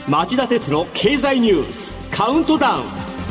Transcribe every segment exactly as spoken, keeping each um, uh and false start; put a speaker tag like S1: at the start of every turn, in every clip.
S1: 町田鉄の経済ニュースカウントダウン。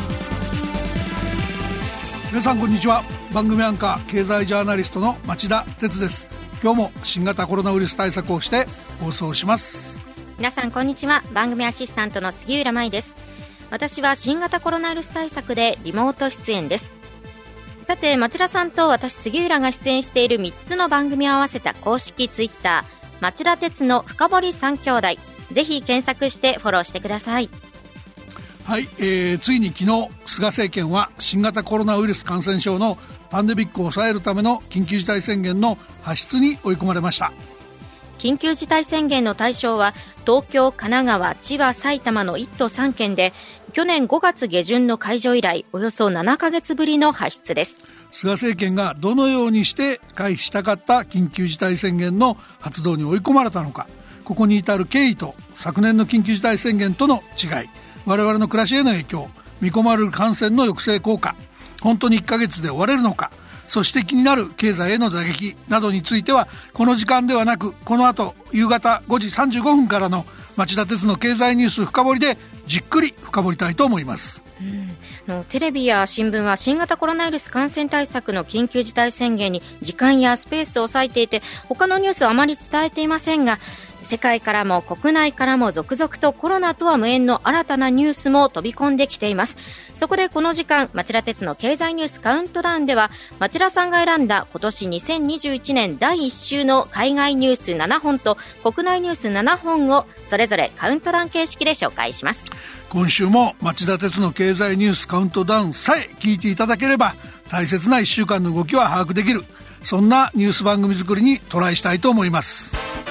S2: 皆さんこんにちは。番組アンカー経済ジャーナリストの町田鉄です。今日も新型コロナウイルス対策をして放送します。
S3: 皆さんこんにちは。番組アシスタントの杉浦舞です。私は新型コロナウイルス対策でリモート出演です。さて、町田さんと私杉浦が出演しているみっつの番組を合わせた公式ツイッター、町田鉄の深掘り三兄弟、ぜひ検索してフォローしてください。
S2: はい、えー、ついに昨日菅政権は新型コロナウイルス感染症のパンデミックを抑えるための緊急事態宣言の発出に追い込まれました。
S3: 緊急事態宣言の対象は東京、神奈川、千葉、埼玉のいっ都さん県で、去年ごがつ下旬の解除以来およそななかげつぶりの発出です。
S2: 菅政権がどのようにして回避したかった緊急事態宣言の発動に追い込まれたのか、ここに至る経緯と昨年の緊急事態宣言との違い、我々の暮らしへの影響、見込まれる感染の抑制効果、本当にいっかげつで終われるのか、そして気になる経済への打撃などについては、この時間ではなくこの後夕方ごじさんじゅうごふんからの町田鉄の経済ニュース深掘りでじっくり深掘りたいと思います。
S3: うんのテレビや新聞は新型コロナウイルス感染対策の緊急事態宣言に時間やスペースを割いていて、他のニュースをあまり伝えていませんが、世界からも国内からも続々とコロナとは無縁の新たなニュースも飛び込んできています。そこでこの時間、町田鉄の経済ニュースカウントダウンでは、町田さんが選んだ今年にせんにじゅういちねんだいいっ週の海外ニュースななほんと国内ニュースななほんをそれぞれカウントダウン形式で紹介します。
S2: 今週も町田鉄の経済ニュースカウントダウンさえ聞いていただければ、大切ないっしゅうかんの動きは把握できる、そんなニュース番組作りにトライしたいと思います。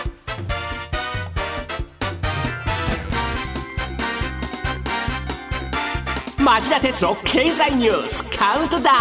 S1: 町田鉄の経済ニュースカウントダウン。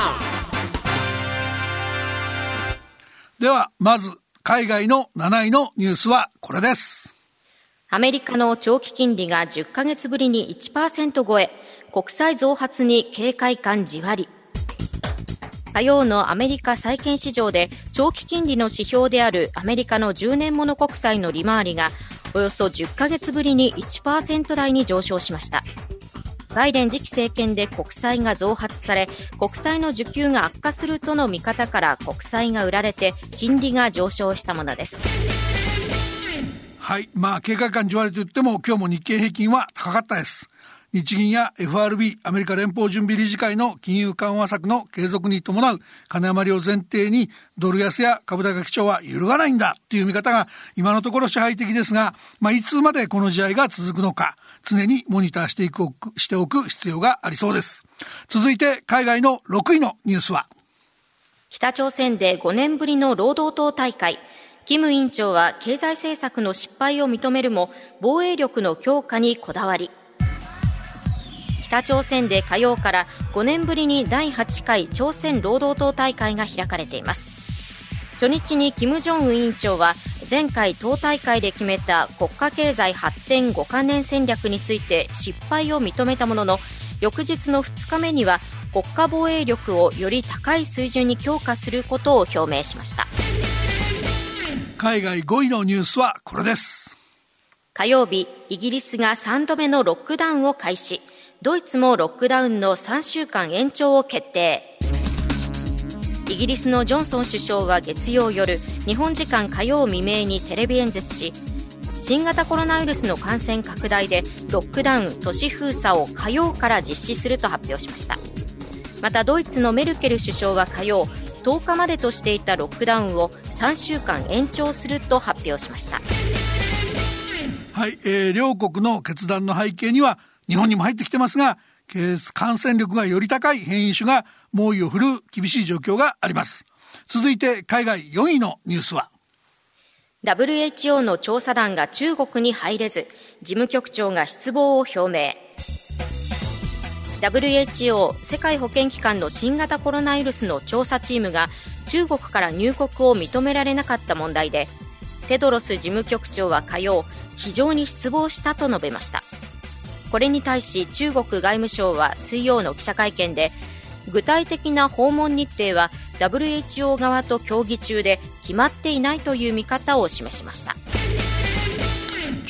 S2: ではまず海外のなないのニュースはこれです。
S3: アメリカの長期金利がじゅっかげつぶりに いちパーセント 超え、国債増発に警戒感じわり。火曜のアメリカ債券市場で長期金利の指標であるアメリカのじゅうねんもの国債の利回りがおよそじゅっかげつぶりに いちパーセント 台に上昇しました。バイデン次期政権で国債が増発され、国債の需給が悪化するとの見方から国債が売られて金利が上昇したものです。
S2: はい、まあ警戒感じわりと言っても今日も日経平均は高かったです。日銀や エフアールビー アメリカ連邦準備理事会の金融緩和策の継続に伴う金余りを前提に、ドル安や株高基調は揺るがないんだという見方が今のところ支配的ですが、まあ、いつまでこの試合が続くのか常にモニターしていくしておく必要がありそうです。続いて海外のろくいのニュースは、
S3: 北朝鮮でごねんぶりの労働党大会、キム委員長は経済政策の失敗を認めるも防衛力の強化にこだわり。北朝鮮で火曜からごねんぶりにだいはちかい朝鮮労働党大会が開かれています。初日にキム・ジョンウン委員長は前回党大会で決めた国家経済発展ごかねん戦略について失敗を認めたものの、翌日のふつかめには国家防衛力をより高い水準に強化することを表明しました。
S2: 海外ごいのニュースはこれです。
S3: 火曜日、イギリスがさんどめのロックダウンを開始。ドイツもロックダウンのさんしゅうかん延長を決定。イギリスのジョンソン首相は月曜夜、日本時間火曜未明にテレビ演説し、新型コロナウイルスの感染拡大でロックダウン、都市封鎖を火曜から実施すると発表しました。またドイツのメルケル首相は火曜、とおかまでとしていたロックダウンをさんしゅうかん延長すると発表しました。
S2: はい、えー、両国の決断の背景には日本にも入ってきてますが、感染力がより高い変異種が猛威を振るう厳しい状況があります。続いて海外よんいのニュースは、
S3: ダブリューエイチオー の調査団が中国に入れず、事務局長が失望を表明。 ダブリューエイチオー 世界保健機関の新型コロナウイルスの調査チームが中国から入国を認められなかった問題で、テドロス事務局長は火曜、非常に失望したと述べました。これに対し中国外務省は水曜の記者会見で、具体的な訪問日程は ダブリューエイチオー 側と協議中で決まっていないという見方を示しました。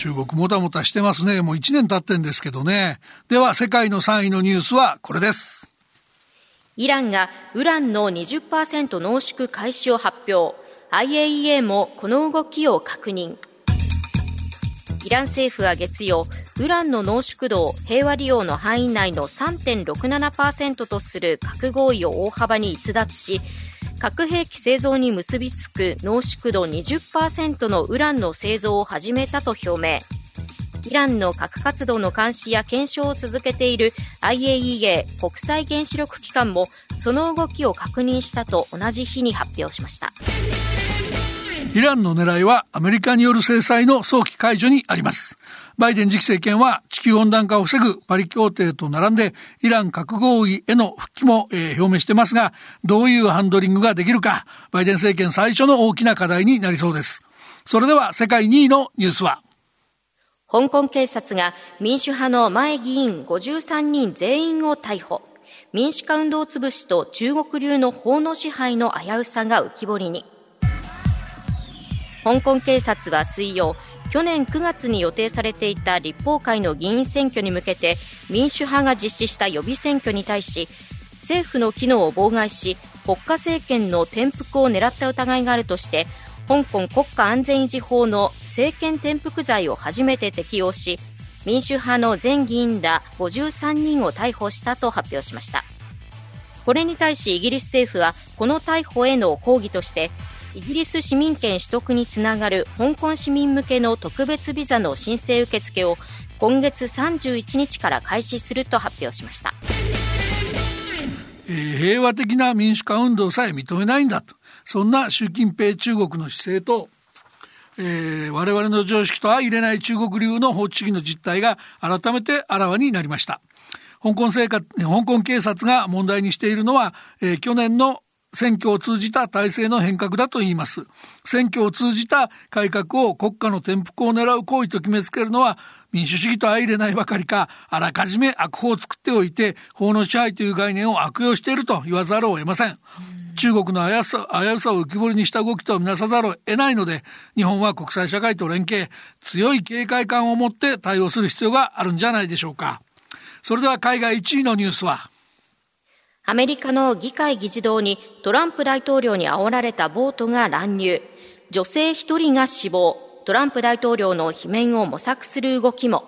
S2: 中国もたもたしてますね。もういちねん経ってんですけどね。では世界のさんいのニュースはこれです。
S3: イランがウランの にじゅっパーセント 濃縮開始を発表。 アイエーイーエー もこの動きを確認。イラン政府は月曜、ウランの濃縮度を平和利用の範囲内の さんてんろくななパーセント とする核合意を大幅に逸脱し、核兵器製造に結びつく濃縮度 にじゅっパーセント のウランの製造を始めたと表明。イランの核活動の監視や検証を続けている アイエーイーエー 国際原子力機関もその動きを確認したと同じ日に発表しました。
S2: イランの狙いはアメリカによる制裁の早期解除にあります。バイデン次期政権は地球温暖化を防ぐパリ協定と並んでイラン核合意への復帰も、えー、表明してますが、どういうハンドリングができるか、バイデン政権最初の大きな課題になりそうです。それでは世界にいのニュースは、
S3: 香港警察が民主派の前議員ごじゅうさんにん全員を逮捕。民主化運動潰しと中国流の法の支配の危うさが浮き彫りに。香港警察は水曜、去年くがつに予定されていた立法会の議員選挙に向けて民主派が実施した予備選挙に対し、政府の機能を妨害し国家政権の転覆を狙った疑いがあるとして、香港国家安全維持法の政権転覆罪を初めて適用し、民主派の前議員らごじゅうさんにんを逮捕したと発表しました。これに対しイギリス政府はこの逮捕への抗議として、イギリス市民権取得につながる香港市民向けの特別ビザの申請受付を今月さんじゅういちにちから開始すると発表しました。
S2: えー、平和的な民主化運動さえ認めないんだと、そんな習近平中国の姿勢と、えー、我々の常識とは入れない中国流の法治主義の実態が改めてあらわになりました。香港生活、香港警察が問題にしているのは、えー、去年の選挙を通じた体制の変革だと言います。選挙を通じた改革を国家の転覆を狙う行為と決めつけるのは民主主義と相入れないばかりか、あらかじめ悪法を作っておいて法の支配という概念を悪用していると言わざるを得ません。中国の危うさ、危うさを浮き彫りにした動きとみなさざるを得ないので、日本は国際社会と連携、強い警戒感を持って対応する必要があるんじゃないでしょうか。それでは海外いちいのニュースは、
S3: アメリカの議会議事堂にトランプ大統領に煽られた暴徒が乱入。女性ひとりが死亡。トランプ大統領の罷免を模索する動きも。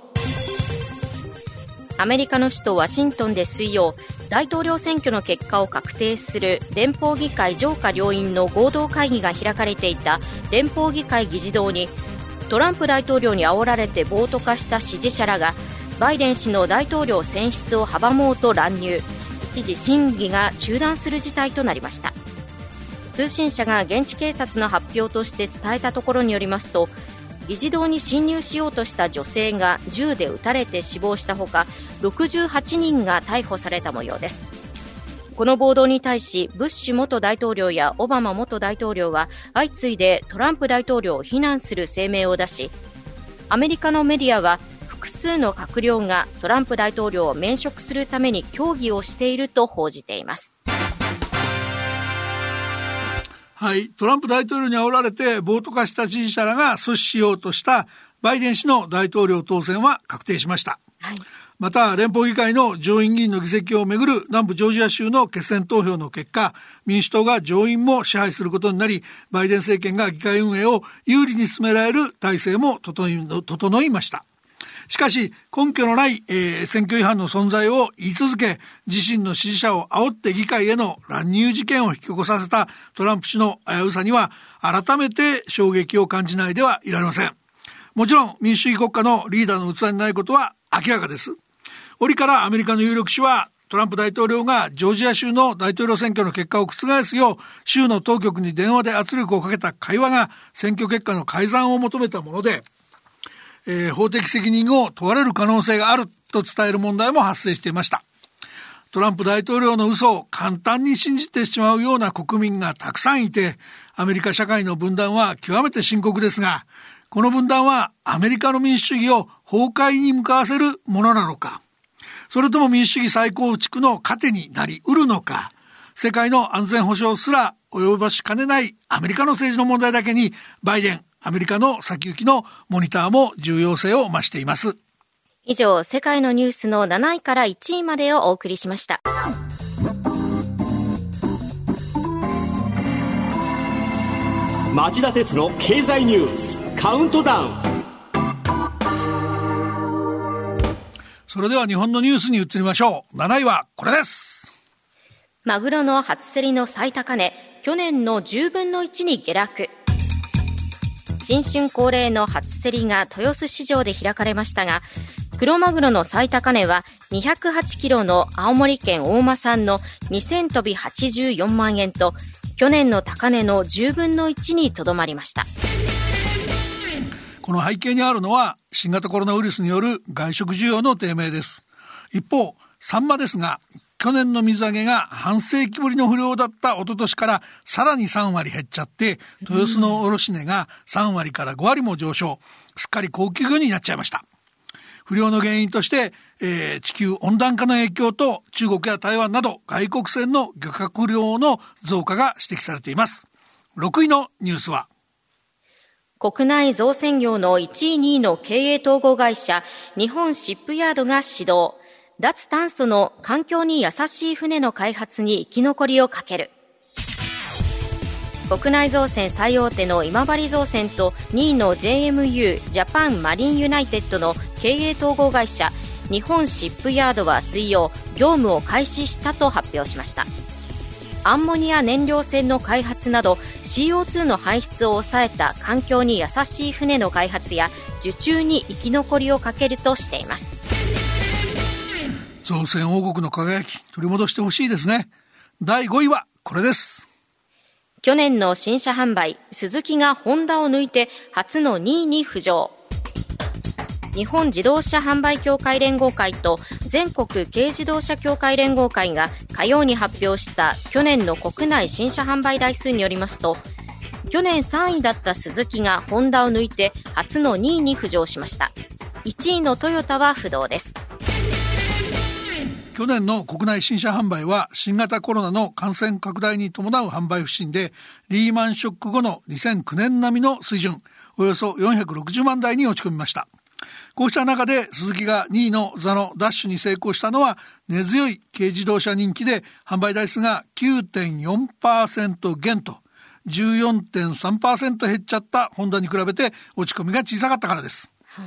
S3: アメリカの首都ワシントンで水曜、大統領選挙の結果を確定する連邦議会上下両院の合同会議が開かれていた連邦議会議事堂に、トランプ大統領に煽られて暴徒化した支持者らがバイデン氏の大統領選出を阻もうと乱入。一時審議が中断する事態となりました。通信社が現地警察の発表として伝えたところによりますと、議事堂に侵入しようとした女性が銃で撃たれて死亡したほか、ろくじゅうはちにんが逮捕された模様です。この暴動に対しブッシュ元大統領やオバマ元大統領は相次いでトランプ大統領を非難する声明を出し、アメリカのメディアは複数の閣僚がトランプ大統領を免職するために協議をしていると報じています。
S2: はい、トランプ大統領に煽られて暴徒化した支持者らが阻止しようとしたバイデン氏の大統領当選は確定しました。はい、また連邦議会の上院議員の議席をめぐる南部ジョージア州の決選投票の結果、民主党が上院も支配することになり、バイデン政権が議会運営を有利に進められる体制も整い、整いました。しかし根拠のない、えー、選挙違反の存在を言い続け、自身の支持者を煽って議会への乱入事件を引き起こさせたトランプ氏の危うさには改めて衝撃を感じないではいられません。もちろん民主主義国家のリーダーの器にないことは明らかです。折からアメリカの有力紙は、トランプ大統領がジョージア州の大統領選挙の結果を覆すよう州の当局に電話で圧力をかけた会話が選挙結果の改ざんを求めたもので、えー、法的責任を問われる可能性があると伝える問題も発生していました。トランプ大統領の嘘を簡単に信じてしまうような国民がたくさんいて、アメリカ社会の分断は極めて深刻ですが、この分断はアメリカの民主主義を崩壊に向かわせるものなのか、それとも民主主義再構築の糧になり得るのか、世界の安全保障すら及ぼしかねないアメリカの政治の問題だけにバイデンアメリカの先行きのモニターも重要性を増しています。
S3: 以上、世界のニュースのなないからいちいまでをお送りしました。
S1: 町田鉄の経済ニュースカウントダウン。
S2: それでは日本のニュースに移りましょう。なないはこれです。
S3: マグロの初競りの最高値、去年のじゅうぶんのいちに下落。新春恒例の初競りが豊洲市場で開かれましたが、クロマグロの最高値はにひゃくはちキロの青森県大間産のにせんとびはちじゅうよんまんえんと、去年の高値のじゅうぶんのいちにとどまりました。
S2: この背景にあるのは新型コロナウイルスによる外食需要の低迷です。一方、サンマですが、去年の水揚げが半世紀ぶりの不漁だった一昨年からさらにさんわり減っちゃって、豊洲の卸値がさんわりからごわりも上昇、すっかり高級魚になっちゃいました。不漁の原因として、えー、地球温暖化の影響と中国や台湾など外国船の漁獲量の増加が指摘されています。ろくいのニュースは、
S3: 国内造船業のいちいにいの経営統合会社日本シップヤードが始動、脱炭素の環境に優しい船の開発に生き残りをかける。国内造船最大手の今治造船とにいの ジェイエムユー ジャパンマリンユナイテッドの経営統合会社日本シップヤードは水曜、業務を開始したと発表しました。アンモニア燃料船の開発など シーオーツー の排出を抑えた環境に優しい船の開発や受注に生き残りをかけるとしています。
S2: 造船王国の輝き取り戻してほしいですね。だいごいはこれです。
S3: 去年の新車販売、スズキがホンダを抜いて初のにいに浮上。日本自動車販売協会連合会と全国軽自動車協会連合会が火曜に発表した去年の国内新車販売台数によりますと、去年さんいだったスズキがホンダを抜いて初のにいに浮上しました。いちいのトヨタは不動です。
S2: 去年の国内新車販売は新型コロナの感染拡大に伴う販売不振で、リーマンショック後のにせんきゅうねん並みの水準、およそよんひゃくろくじゅうまんだいに落ち込みました。こうした中でスズキがにいの座のダッシュに成功したのは、根強い軽自動車人気で販売台数が きゅうてんよんパーセント 減と じゅうよんてんさんパーセント 減っちゃったホンダに比べて落ち込みが小さかったからです。はい、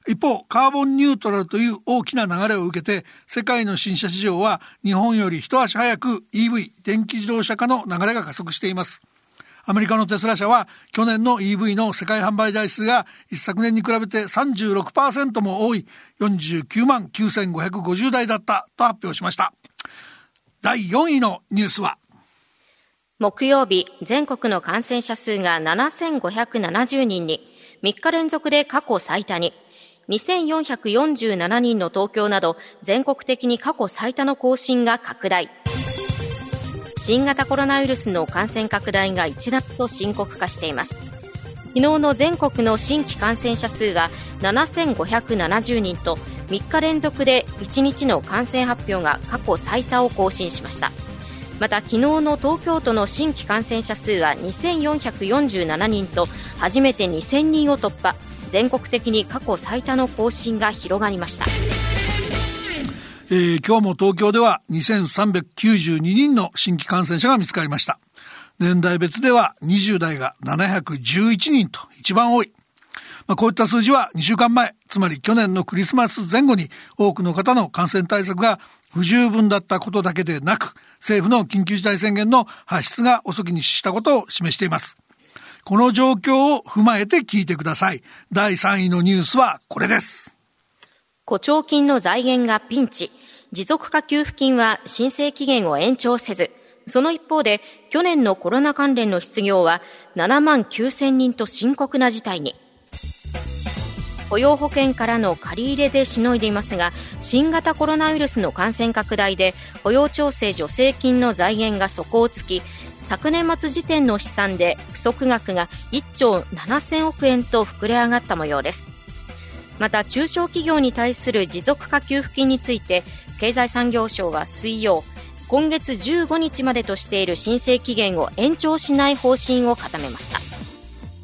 S2: 一方、カーボンニュートラルという大きな流れを受けて、世界の新車市場は日本より一足早く イーブイ 電気自動車化の流れが加速しています。アメリカのテスラ社は去年の イーブイ の世界販売台数が一昨年に比べて さんじゅうろくパーセント も多いよんじゅうきゅうまんきゅうせんごひゃくごじゅうだいだったと発表しました。だいよんいのニュースは、
S3: 木曜日、全国の感染者数がななせんごひゃくななじゅうにんに、みっか連続で過去最多に。にせんよんひゃくよんじゅうななにんの東京など全国的に過去最多の更新が拡大。新型コロナウイルスの感染拡大が一段と深刻化しています。昨日の全国の新規感染者数はななせんごひゃくななじゅうにんとみっか連続でいちにちの感染発表が過去最多を更新しました。また昨日の東京都の新規感染者数はにせんよんひゃくよんじゅうななにんと初めてにせんにんを突破。全国的に過去最多の更新が広がりました。
S2: えー、今日も東京ではにせんさんびゃくきゅうじゅうににんの新規感染者が見つかりました。年代別ではにじゅうだいがななひゃくじゅういちにんと一番多い。まあ、こういった数字はにしゅうかんまえ、つまり去年のクリスマス前後に多くの方の感染対策が不十分だったことだけでなく、政府の緊急事態宣言の発出が遅きにしたことを示しています。この状況を踏まえて聞いてください。だいさんいのニュースはこれです。
S3: 故徴金の財源がピンチ。持続化給付金は申請期限を延長せず、その一方で去年のコロナ関連の失業はななまんきゅうせんにんと深刻な事態に。雇用保険からの借り入れでしのいでいますが、新型コロナウイルスの感染拡大で雇用調整助成金の財源が底をつき、昨年末時点の試算で不足額がいっちょうななせんおくえんと膨れ上がった模様です。また中小企業に対する持続化給付金について経済産業省は水曜、今月じゅうごにちまでとしている申請期限を延長しない方針を固めました。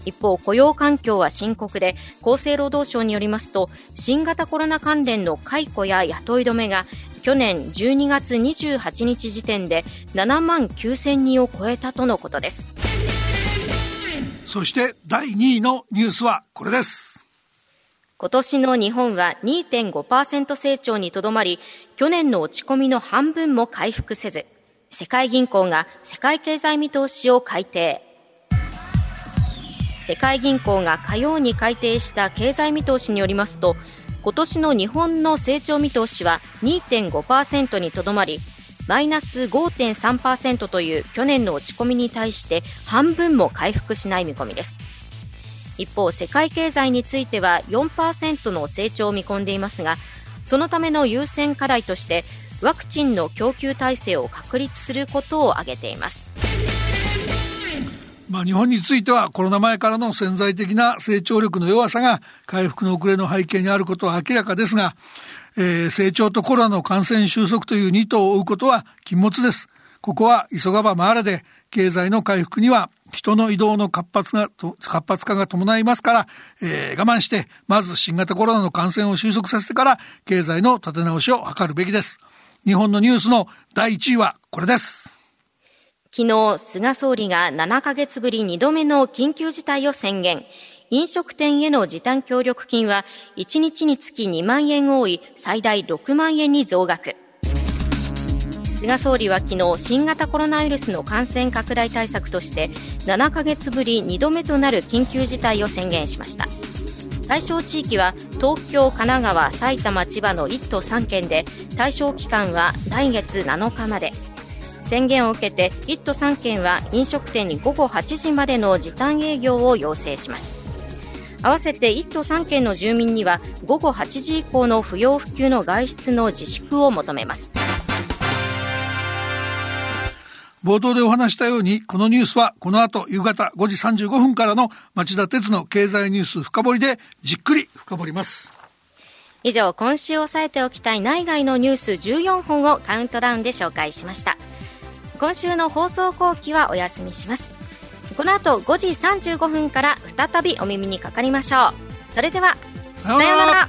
S3: 一方、雇用環境は深刻で、厚生労働省によりますと、新型コロナ関連の解雇や雇い止めが去年じゅうにがつにじゅうはちにち時点でななまんきゅうせんにんを超えたとのことです。
S2: そしてだいにいのニュースはこれです。
S3: 今年の日本は にてんごパーセント 成長にとどまり、去年の落ち込みの半分も回復せず、世界銀行が世界経済見通しを改定。世界銀行が火曜に改定した経済見通しによりますと、今年の日本の成長見通しは にてんごパーセント にとどまり、マイナス ごてんさんパーセント という去年の落ち込みに対して半分も回復しない見込みです。一方、世界経済については よんパーセント の成長を見込んでいますが、そのための優先課題としてワクチンの供給体制を確立することを挙げています。
S2: まあ、日本についてはコロナ前からの潜在的な成長力の弱さが回復の遅れの背景にあることは明らかですが、えー、成長とコロナの感染収束という二頭を追うことは禁物です。ここは急がば回れで、経済の回復には人の移動の活発が活発化が伴いますから、えー、我慢してまず新型コロナの感染を収束させてから経済の立て直しを図るべきです。日本のニュースのだいいちいはこれです。
S3: 昨日、菅総理がななかげつぶりにどめの緊急事態を宣言。飲食店への時短協力金はいちにちにつきにまんえん多い最大ろくまんえんに増額。菅総理は昨日、新型コロナウイルスの感染拡大対策としてななかげつぶりにどめとなる緊急事態を宣言しました。対象地域は東京、神奈川、埼玉、千葉のいっとさんけんで、対象期間は来月なのかまで。宣言を受けていっとさんけんは飲食店にごごはちじまでの時短営業を要請します。合わせていっとさんけんの住民にはごごはちじ以降の不要不急の外出の自粛を求めます。
S2: 冒頭でお話したように、このニュースはこの後夕方ごじさんじゅうごふんからの町田鉄の経済ニュース深掘りでじっくり深掘ります。
S3: 以上、今週押さえておきたい内外のニュースじゅうよんほんをカウントダウンで紹介しました。今週の放送後期はお休みします。この後ごじさんじゅうごふんから再びお耳にかかりましょう。それではさようなら。